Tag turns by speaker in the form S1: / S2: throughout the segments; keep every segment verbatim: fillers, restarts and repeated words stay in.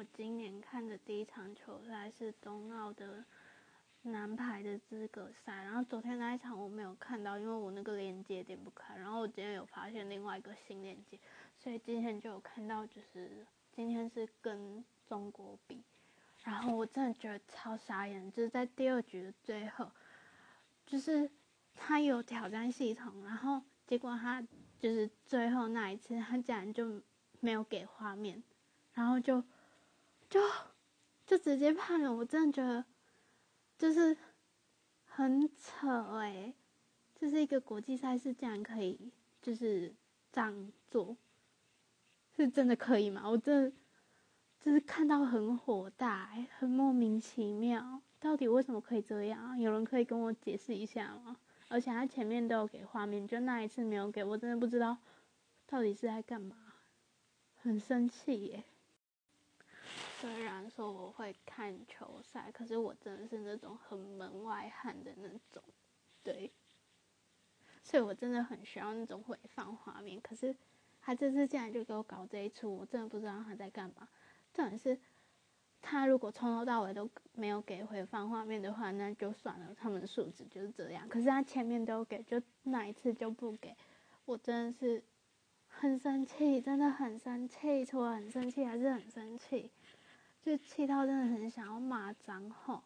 S1: 我今年看的第一场球赛是冬奥的男排的资格赛，然后昨天那一场我没有看到，因为我那个链接点不开，然后我今天有发现另外一个新链接，所以今天就有看到，就是今天是跟中国比，然后我真的觉得超傻眼，就是在第二局的最后，就是他有挑战系统，然后结果他就是最后那一次他竟然就没有给画面，然后就就就直接判了，我真的觉得就是很扯哎、欸，这是一个国际赛事竟然可以就是这样做，是真的可以吗？我真的就是看到很火大哎、欸，很莫名其妙，到底为什么可以这样？有人可以跟我解释一下吗？而且他前面都有给画面，就那一次没有给，我真的不知道到底是在干嘛，很生气耶。虽然说我会看球赛，可是我真的是那种很门外汉的那种，对，所以我真的很需要那种回放画面。可是他这次竟然就给我搞这一出，我真的不知道他在干嘛。重点是，他如果从头到尾都没有给回放画面的话，那就算了，他们的素质就是这样。可是他前面都给，就那一次就不给，我真的是很生气，真的很生气，除了很生气还是很生气。就气到真的很想要骂脏话，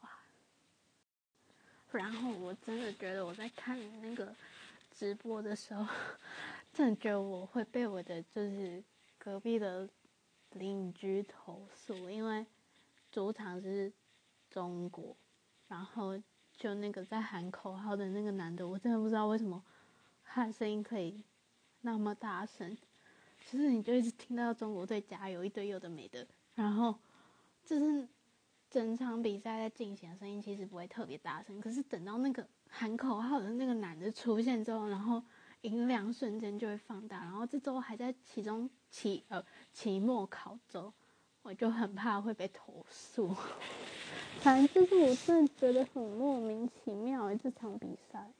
S1: 然后我真的觉得我在看那个直播的时候，真的觉得我会被我的就是隔壁的邻居投诉，因为主场是中国，然后就那个在喊口号的那个男的，我真的不知道为什么他的声音可以那么大声，就是你就一直听到中国队加油一堆有的没的，然后就是整场比赛在进行的声音其实不会特别大声，可是等到那个喊口号的那个男的出现之后，然后音量瞬间就会放大，然后这周还在其中期呃期末考周，我就很怕会被投诉。反正就是我真的觉得很莫名其妙哎，这场比赛。